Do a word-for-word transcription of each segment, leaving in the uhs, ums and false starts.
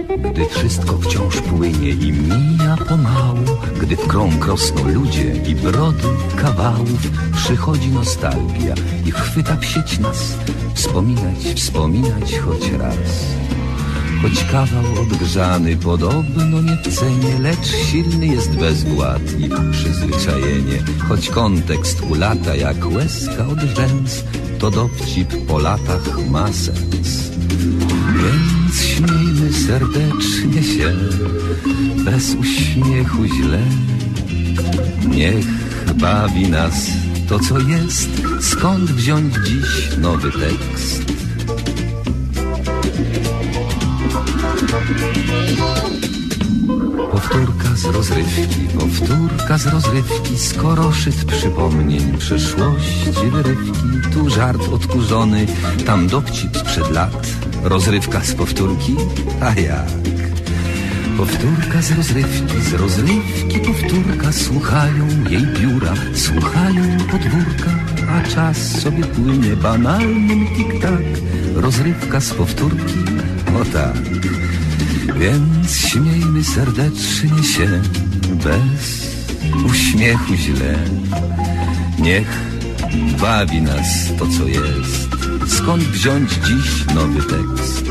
Gdy wszystko wciąż płynie i mija pomału, gdy w krąg rosną ludzie i brody kawałów, przychodzi nostalgia i chwyta w sieć nas. Wspominać, wspominać choć raz. Choć kawał odgrzany podobno nie w cenie, lecz silny jest bezwład i przyzwyczajenie. Choć kontekst ulata jak łezka od rzęs, to dowcip po latach ma sens. Więc śmiejmy serdecznie się, bez uśmiechu źle. Niech bawi nas to, co jest. Skąd wziąć dziś nowy tekst? Powtórka z rozrywki, powtórka z rozrywki, skoro szyt przypomnień przeszłości wyrywki. Tu żart odkurzony, tam dowcip sprzed lat. Rozrywka z powtórki, a jak? Powtórka z rozrywki, z rozrywki powtórka. Słuchają jej biura, słuchają podwórka, a czas sobie płynie banalnym tik-tak. Rozrywka z powtórki, o tak. Więc śmiejmy serdecznie się, bez uśmiechu źle. Niech bawi nas to, co jest. Skąd wziąć dziś nowy tekst?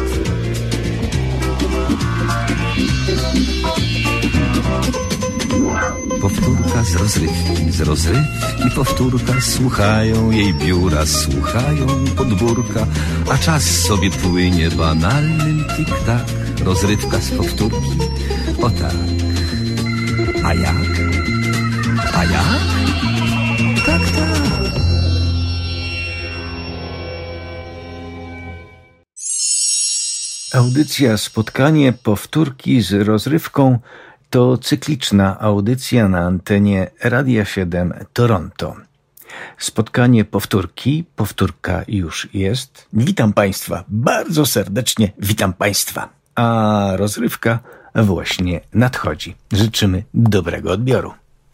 Powtórka z rozrywki, z rozrywki powtórka. Słuchają jej biura, słuchają podwórka, a czas sobie płynie banalnym tik-tak. Rozrywka z powtórki, o tak. A jak? A jak? Tak, tak. Audycja Spotkanie Powtórki z rozrywką to cykliczna audycja na antenie Radia siedem Toronto. Spotkanie Powtórki, powtórka już jest. Witam Państwa, bardzo serdecznie witam Państwa. A rozrywka właśnie nadchodzi. Życzymy dobrego odbioru.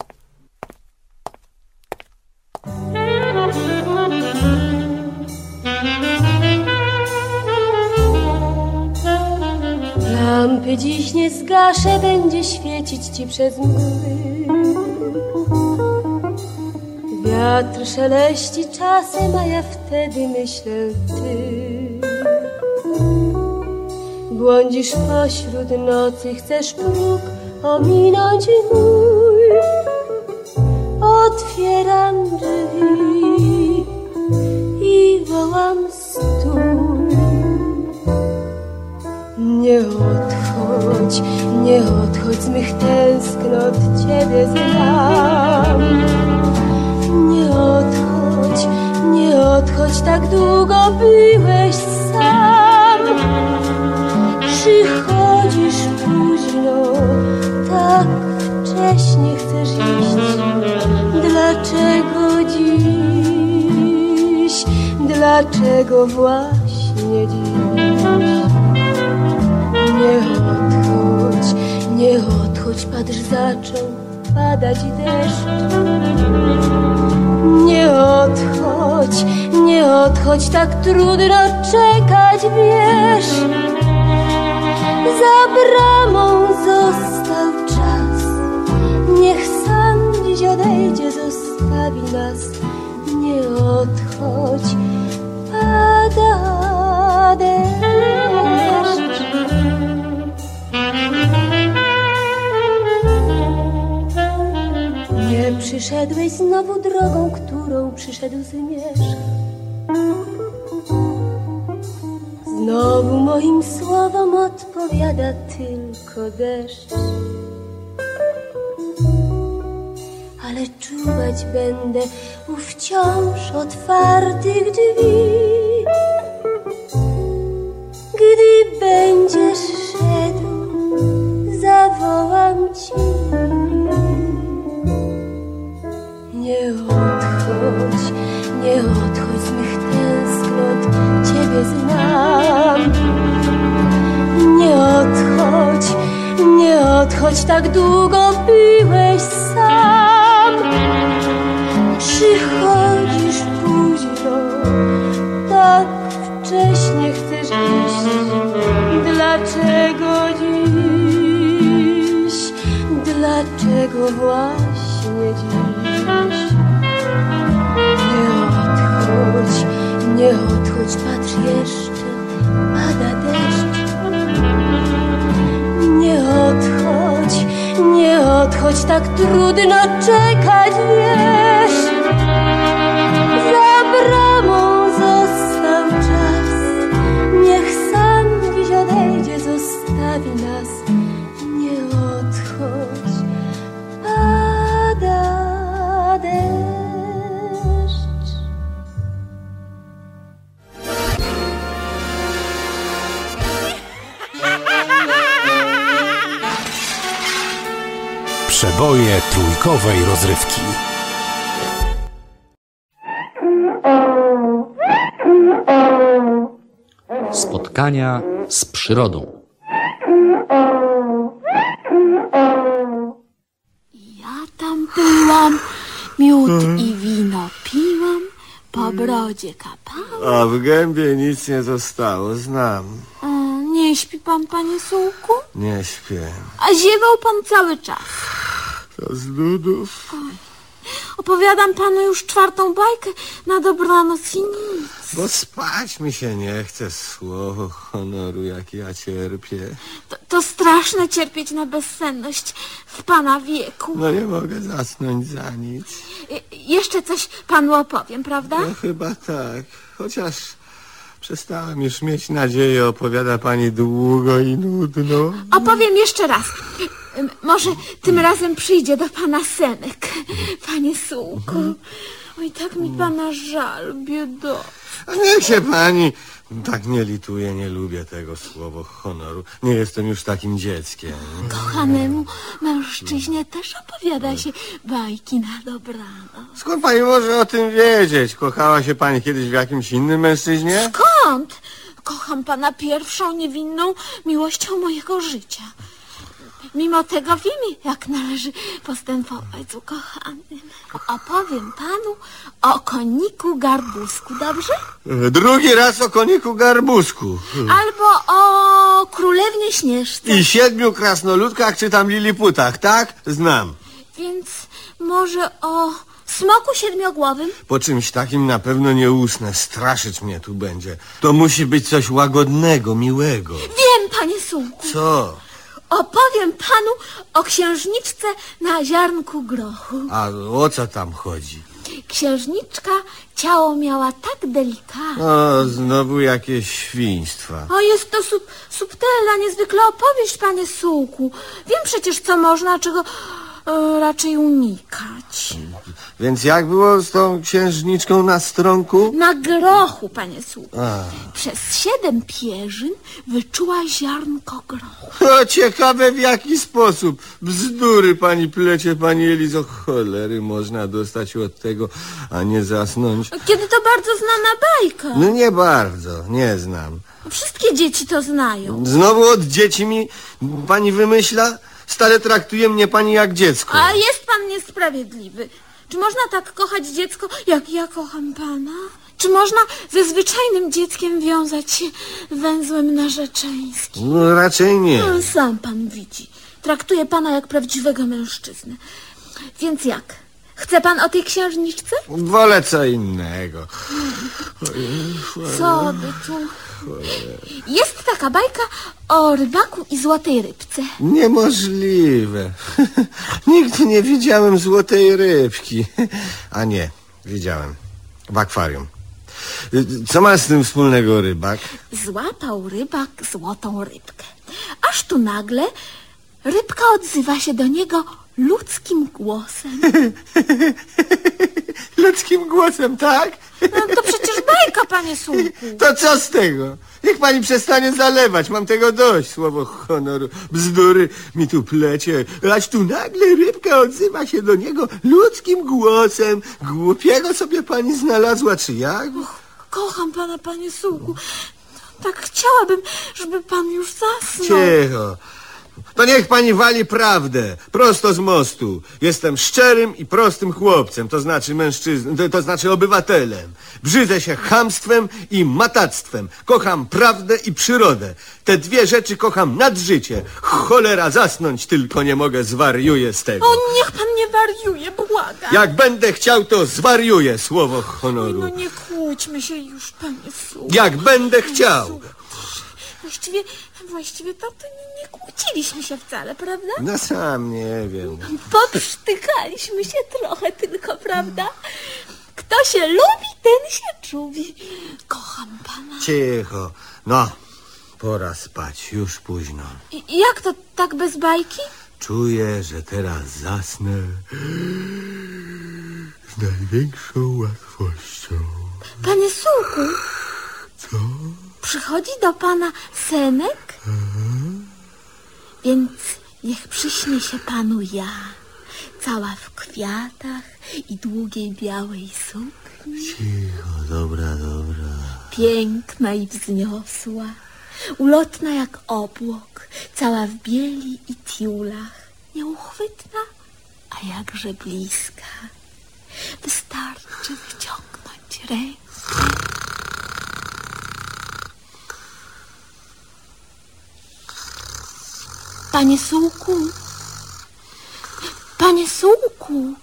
Lampy dziś nie zgaszę, będzie świecić ci przez mgły. Wiatr szeleści czasem, a ja wtedy myślę ty. Błądzisz pośród nocy, chcesz próg ominąć mój. Otwieram drzwi i wołam stój. Nie odchodź, nie odchodź z mych tęsknot, ciebie znam. Nie odchodź, nie odchodź, tak długo byłeś sam. Przychodzisz późno, tak wcześnie chcesz iść. Dlaczego dziś, dlaczego właśnie dziś? Nie odchodź, nie odchodź, patrz, zaczął padać deszcz. Nie odchodź, nie odchodź, tak trudno czekać, wiesz. Za bramą został czas, niech sam dziś odejdzie, zostawi nas. Nie odchodź, pada deszcz. Nie przyszedłeś znowu drogą, którą przyszedł zmierzch. Znowu moim słowom odpowiada tylko deszcz. Ale czuwać będę u wciąż otwartych drzwi. Gdy będziesz szedł, zawołam ci. Nie odchodź, nie odchodź z mych tęsknot, ciebie znam. Nie odchodź, nie odchodź, tak długo byłeś sam. Przychodzisz późno, tak wcześnie chcesz iść. Dlaczego dziś? choć patrz jeszcze, pada deszcz. Nie odchodź, nie odchodź, tak trudno czekać, wiesz. Za bramą został czas, niech sam gdzieś odejdzie, zostawi nas. Nie odchodź, pada deszcz. Przeboje trójkowej rozrywki. Spotkania z przyrodą. Ja tam byłam, miód i wino piłam, po brodzie kapałam. A w gębie nic nie zostało, znam. A, nie śpi pan, panie Sułku? Nie śpię. A ziewał pan cały czas. To z nudów. Opowiadam panu już czwartą bajkę na dobranoc i nic. Bo spać mi się nie chce, słowo honoru, jak ja cierpię. To, to straszne cierpieć na bezsenność w pana wieku. No nie mogę zasnąć za nic. Je, jeszcze coś panu opowiem, prawda? No chyba tak, chociaż przestałem już mieć nadzieję, opowiada pani długo i nudno. Opowiem jeszcze raz. Ym, Może tym razem przyjdzie do pana Senek, panie Sułku. Oj, tak mi pana żal, biedo. A niech się pani tak nie lituje, nie lubię tego słowa honoru. Nie jestem już takim dzieckiem. Kochanemu mężczyźnie też opowiada się bajki na dobranoc. Skąd pani może o tym wiedzieć? Kochała się pani kiedyś w jakimś innym mężczyźnie? Skąd? Kocham pana pierwszą niewinną miłością mojego życia. Mimo tego wiem, jak należy postępować z ukochanym. Opowiem panu o koniku Garbusku, dobrze? Drugi raz o koniku Garbusku. Albo o królewnie Śnieżce. I siedmiu krasnoludkach czy tam liliputach, tak? Znam. Więc może o smoku siedmiogłowym? Po czymś takim na pewno nie usnę. Straszyć mnie tu będzie. To musi być coś łagodnego, miłego. Wiem, panie Sułku. Co? Opowiem panu o księżniczce na ziarnku grochu. A o co tam chodzi? Księżniczka ciało miała tak delikatne. O, znowu jakieś świństwa. O, jest to sub, subtelna, niezwykle opowieść, panie Sułku. Wiem przecież, co można, a czego e, raczej unikać. Więc jak było z tą księżniczką na stronku? Na grochu, panie Sułku. A. Przez siedem pierzyn wyczuła ziarnko grochu. O, ciekawe w jaki sposób. Bzdury pani plecie, pani Elizo. Cholery można dostać od tego, a nie zasnąć. Kiedy to bardzo znana bajka. No nie bardzo, nie znam. Wszystkie dzieci to znają. Znowu od dzieci mi pani wymyśla? Stale traktuje mnie pani jak dziecko. A jest pan niesprawiedliwy. Czy można tak kochać dziecko, jak ja kocham pana? Czy można ze zwyczajnym dzieckiem wiązać się węzłem narzeczeńskim? No raczej nie. No, sam pan widzi. Traktuje pana jak prawdziwego mężczyznę. Więc jak? Chce pan o tej księżniczce? Wolę co innego. Co by tu? Jest taka bajka o rybaku i złotej rybce. Niemożliwe. Nigdy nie widziałem złotej rybki. A nie, widziałem. W akwarium. Co ma z tym wspólnego rybak? Złapał rybak złotą rybkę. Aż tu nagle rybka odzywa się do niego ludzkim głosem. Ludzkim głosem, tak? No to przecież bajka, panie Sułku. To co z tego? Niech pani przestanie zalewać, mam tego dość, słowo honoru. Bzdury mi tu plecie, aż tu nagle rybka odzywa się do niego ludzkim głosem. Głupiego sobie pani znalazła, czy jak? Och, kocham pana, panie Sułku. Tak chciałabym, żeby pan już zasnął. Cicho. To niech pani wali prawdę, prosto z mostu. Jestem szczerym i prostym chłopcem, to znaczy mężczyzną, to, to znaczy obywatelem. Brzydzę się chamstwem i matactwem. Kocham prawdę i przyrodę. Te dwie rzeczy kocham nad życie. Cholera, zasnąć tylko nie mogę, zwariuję z tego. O, niech pan nie wariuje, błagam. Jak będę chciał, to zwariuję, słowo honoru. No nie kłóćmy się już, panie Su. Jak będę chciał. Właściwie, właściwie to, to nie, nie kłóciliśmy się wcale, prawda? No sam nie wiem. Poprztykaliśmy się trochę tylko, prawda? Kto się lubi, ten się czubi. Kocham pana. Cicho. No, pora spać, już późno. I, jak to tak bez bajki? Czuję, że teraz zasnę z największą łatwością. Panie Sułku. Co? Przychodzi do pana senek? Aha. Więc niech przyśnie się panu ja, cała w kwiatach i długiej białej sukni. Cicho, dobra, dobra. Piękna i wzniosła, ulotna jak obłok, cała w bieli i tiulach, nieuchwytna, a jakże bliska. Wystarczy wyciągnąć rękę. Panie Sułku, panie Sułku.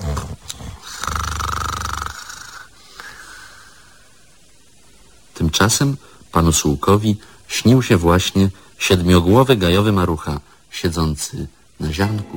Tymczasem panu Sułkowi śnił się właśnie siedmiogłowy gajowy marucha, siedzący na ziarnku.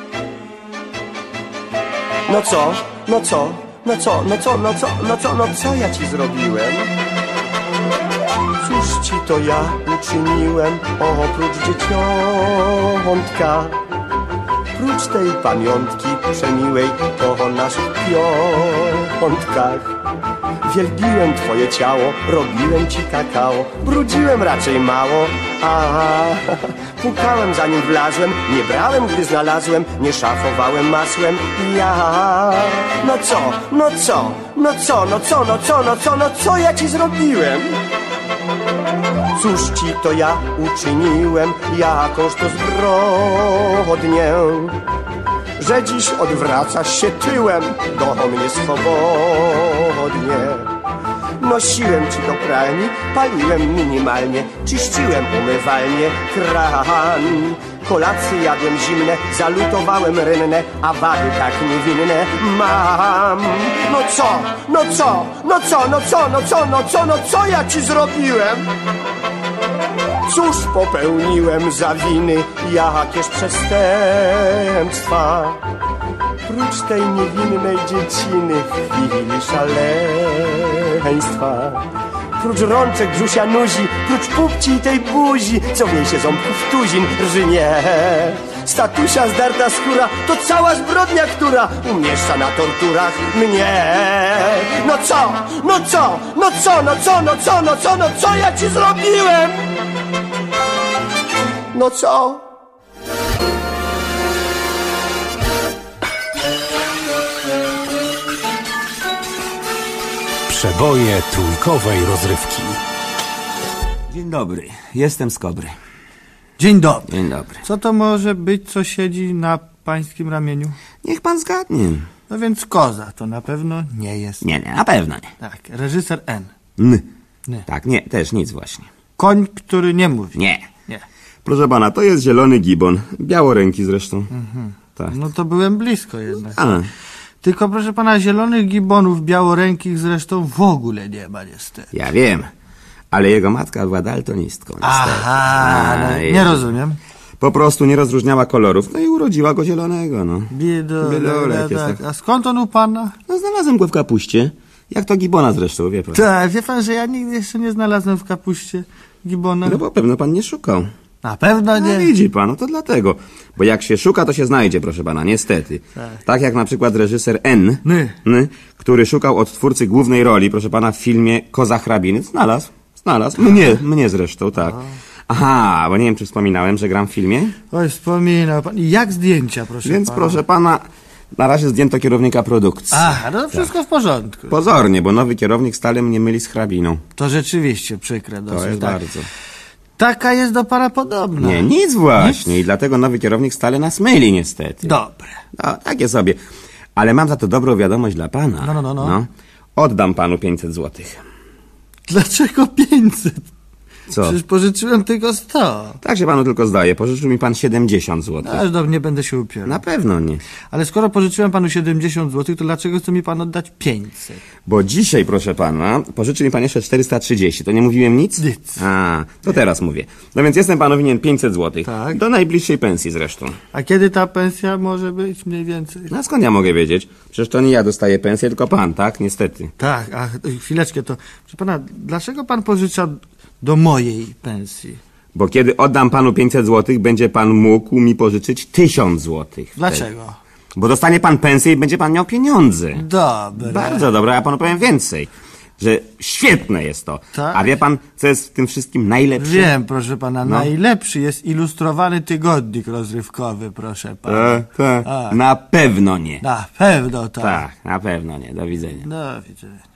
No co? No co? No co? No co? No co? No co? No co ja ci zrobiłem? Cóż ci to ja uczyniłem, oprócz dzieciątka? Prócz tej pamiątki przemiłej po naszych piątkach. Wielbiłem twoje ciało, robiłem ci kakao, brudziłem raczej mało, a pukałem zanim wlazłem, nie brałem gdy znalazłem, nie szafowałem masłem, ja. No co, no co, no co, no co, no co, no co, no co ja ci zrobiłem? Cóż ci to ja uczyniłem, jakąż to zbrodnię, że dziś odwracasz się tyłem do mnie swobodnie. Nosiłem ci do pralni, paliłem minimalnie, czyściłem umywalnie kran. Kolacje jadłem zimne, zalutowałem rynne, a wady tak niewinne mam. No co, no co, no co, no co, no co, no co, no co ja ci zrobiłem? Cóż popełniłem za winy, jakież przestępstwa? Prócz tej niewinnej dzieciny w chwili szaleństwa. Prócz rączek brzusia nuzi, prócz pupci i tej buzi, co w niej się ząbków tuzin rżynie. Statusia zdarta skóra, to cała zbrodnia, która umieszcza na torturach mnie. No co, no co, no co, no co, no co, no co, no co ja ci zrobiłem? No co? Przeboje trójkowej rozrywki. Dzień dobry, jestem z Kobry. Dzień dobry. Dzień dobry. Co to może być, co siedzi na pańskim ramieniu? Niech pan zgadnie. No więc koza to na pewno nie jest. Nie, nie, na pewno nie. Tak, reżyser N. N. Nie. Tak, nie, też nic właśnie. Koń, który nie mówi. Nie. Nie. Proszę pana, to jest zielony gibon. Białoręki zresztą. Mhm. Tak. No to byłem blisko jednak. A. Tylko proszę pana, zielonych gibonów białorękich zresztą w ogóle nie ma niestety. Ja wiem, ale jego matka była daltonistką. Niestety. Aha, no, nie rozumiem. Po prostu nie rozróżniała kolorów, no i urodziła go zielonego, no. Biedolek, Biedolek jest tak. tak. A skąd on u pana? No znalazłem go w kapuście. Jak to gibona zresztą, wie pan. Tak, wie pan, że ja nigdy jeszcze nie znalazłem w kapuście gibona. No bo pewno pan nie szukał. Na pewno nie. No widzi pan, no to dlatego. Bo jak się szuka, to się znajdzie, proszę pana, niestety. Tak, tak jak na przykład reżyser N, Ny. Ny, który szukał od twórcy głównej roli, proszę pana, w filmie Koza hrabiny. Znalazł, znalazł. Mnie, mnie zresztą, tak. Aha, bo nie wiem, czy wspominałem, że gram w filmie. Oj, wspominał pan. I jak zdjęcia, proszę Więc pana? proszę pana, na razie zdjęto kierownika produkcji. Aha, no to wszystko w porządku. Pozornie, bo nowy kierownik stale mnie myli z hrabiną. To rzeczywiście przykre dosyć. To jest tak. bardzo. taka jest do pana podobna. Nie, nic właśnie. Nic? I dlatego nowy kierownik stale nas myli, niestety. Dobre. No, takie sobie. Ale mam za to dobrą wiadomość dla pana. No, no, no. no. no. Oddam panu pięćset złotych. Dlaczego pięćset? Co? Przecież pożyczyłem tylko sto. Tak się panu tylko zdaje. Pożyczył mi pan siedemdziesiąt złotych. Aż do nie będę się upierał. Na pewno nie. Ale skoro pożyczyłem panu siedemdziesiąt złotych, to dlaczego chce mi pan oddać pięćset? Bo dzisiaj, proszę pana, pożyczył mi pan jeszcze czterysta trzydzieści. To nie mówiłem nic? Nic. A, to teraz mówię. No więc jestem panu winien pięćset złotych. Tak. Do najbliższej pensji zresztą. A kiedy ta pensja może być mniej więcej? No skąd ja mogę wiedzieć? Przecież to nie ja dostaję pensję, tylko pan, tak? Niestety. Tak, a chwileczkę to... Proszę pana, dlaczego pan pożycza do mojej pensji? Bo kiedy oddam panu pięćset złotych, będzie pan mógł mi pożyczyć tysiąc złotych. Dlaczego? Wtedy. Bo dostanie pan pensję i będzie pan miał pieniądze. Dobre. Bardzo dobre, ja panu powiem więcej. Że świetne jest to. Tak? A wie pan, co jest w tym wszystkim najlepsze? Wiem, proszę pana, No. najlepszy jest ilustrowany tygodnik rozrywkowy, proszę pana. E, tak. A. Na pewno nie. Na pewno tak. Tak, na pewno nie. Do widzenia. Do widzenia.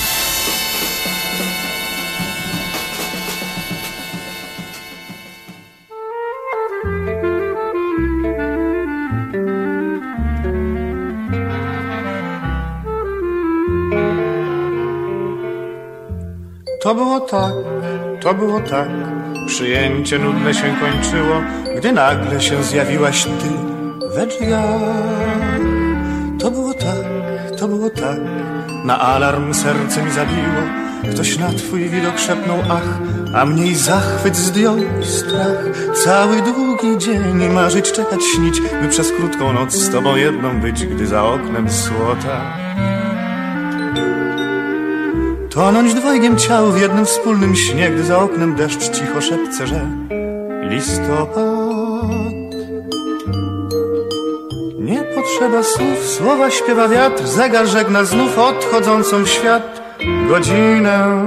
To było tak, to było tak, przyjęcie nudne się kończyło, gdy nagle się zjawiłaś ty we drzwiach. To było tak, to było tak, na alarm serce mi zabiło, ktoś na twój widok szepnął ach, a mnie i zachwyt zdjął i strach. Cały długi dzień marzyć, czekać, śnić, by przez krótką noc z tobą jedną być, gdy za oknem słota. Tonąć dwojgiem ciał w jednym wspólnym śnie, gdy za oknem deszcz cicho szepce, że listopad. Nie potrzeba słów, słowa śpiewa wiatr, zegar żegna znów odchodzącą w świat godzinę.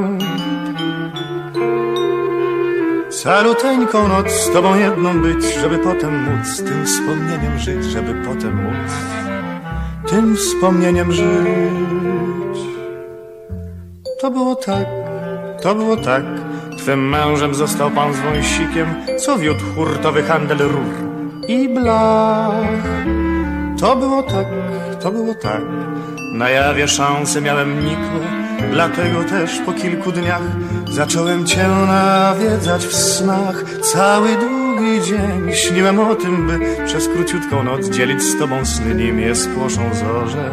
Saluteńką noc z tobą jedną być, żeby potem móc tym wspomnieniem żyć, żeby potem móc tym wspomnieniem żyć. To było tak, to było tak, twym mężem został pan z wąsikiem, co wiódł hurtowy handel rur i blach. To było tak, to było tak, na jawie szanse miałem nikłe, dlatego też po kilku dniach zacząłem cię nawiedzać w snach. Cały długi dzień śniłem o tym, by przez króciutką noc dzielić z tobą sny, nim je spłoszą zorze.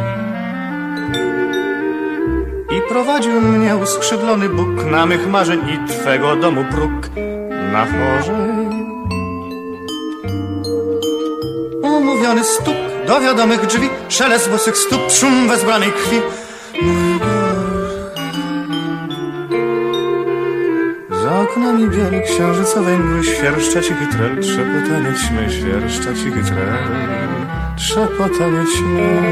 I prowadził mnie uskrzydlony Bóg na mych marzeń i twego domu próg na chorze. Umówiony stuk do wiadomych drzwi, szelest bosych stóp, szum wezbranej krwi. Mój Boże. Za oknami bieli księżycowej mgły świerszcza cichy trel, trzepotanie ćmy, świerszcza cichy trel, trzepotanie ćmy.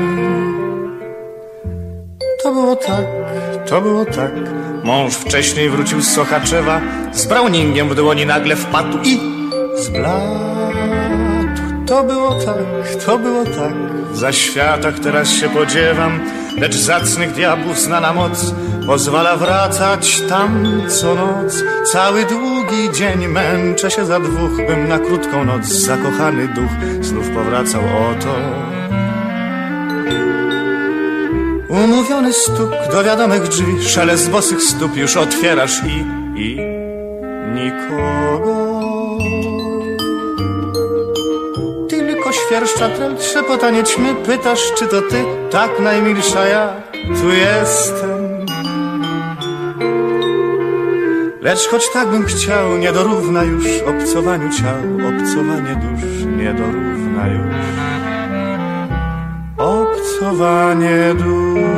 To było tak, to było tak. Mąż wcześniej wrócił z Sochaczewa, z Browningiem w dłoni nagle wpadł i zbladł. To było tak, to było tak. W zaświatach teraz się podziewam, lecz zacnych diabłów znana moc pozwala wracać tam co noc. Cały długi dzień męczę się za dwóch, bym na krótką noc zakochany duch znów powracał oto. Umówiony stuk do wiadomych drzwi, szelest bosych stóp już otwierasz i, i nikogo. Tylko świerszcza trel, trzepotanie ćmy, pytasz, czy to ty, tak najmilsza ja tu jestem. Lecz choć tak bym chciał, nie dorówna już obcowaniu ciał, obcowanie dusz nie dorówna już. Obcowanie dusz.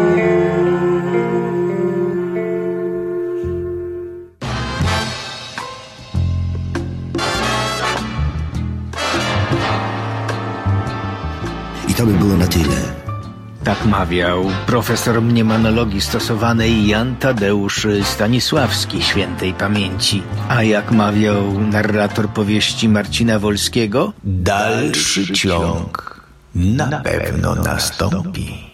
I to by było na tyle. Tak mawiał profesor mnemonologii stosowanej Jan Tadeusz Stanisławski świętej pamięci. A jak mawiał narrator powieści Marcina Wolskiego, Dalszy ciąg na pewno nastąpi.